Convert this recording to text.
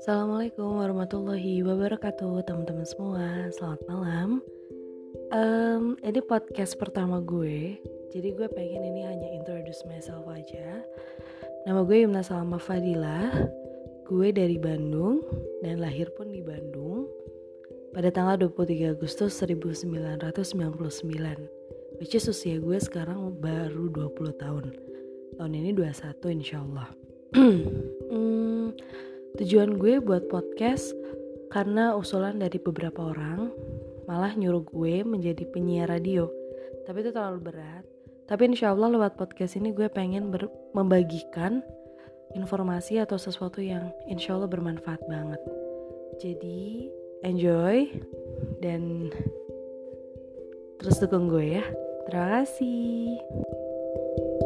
Assalamualaikum warahmatullahi wabarakatuh, teman-teman semua. Selamat malam. Ini podcast pertama gue. Jadi gue pengen ini hanya introduce myself aja. Nama gue Yumna Salma Fadilah. Gue dari Bandung dan lahir pun di Bandung pada tanggal 23 Agustus 1999. Which is usia gue sekarang baru 20 tahun. Tahun ini 21 insyaallah. Tujuan gue buat podcast karena usulan dari beberapa orang malah nyuruh gue menjadi penyiar radio. Tapi itu terlalu berat. Tapi insya Allah lewat podcast ini gue pengen membagikan informasi atau sesuatu yang insya Allah bermanfaat banget. Jadi enjoy dan terus dukung gue ya. Terima kasih.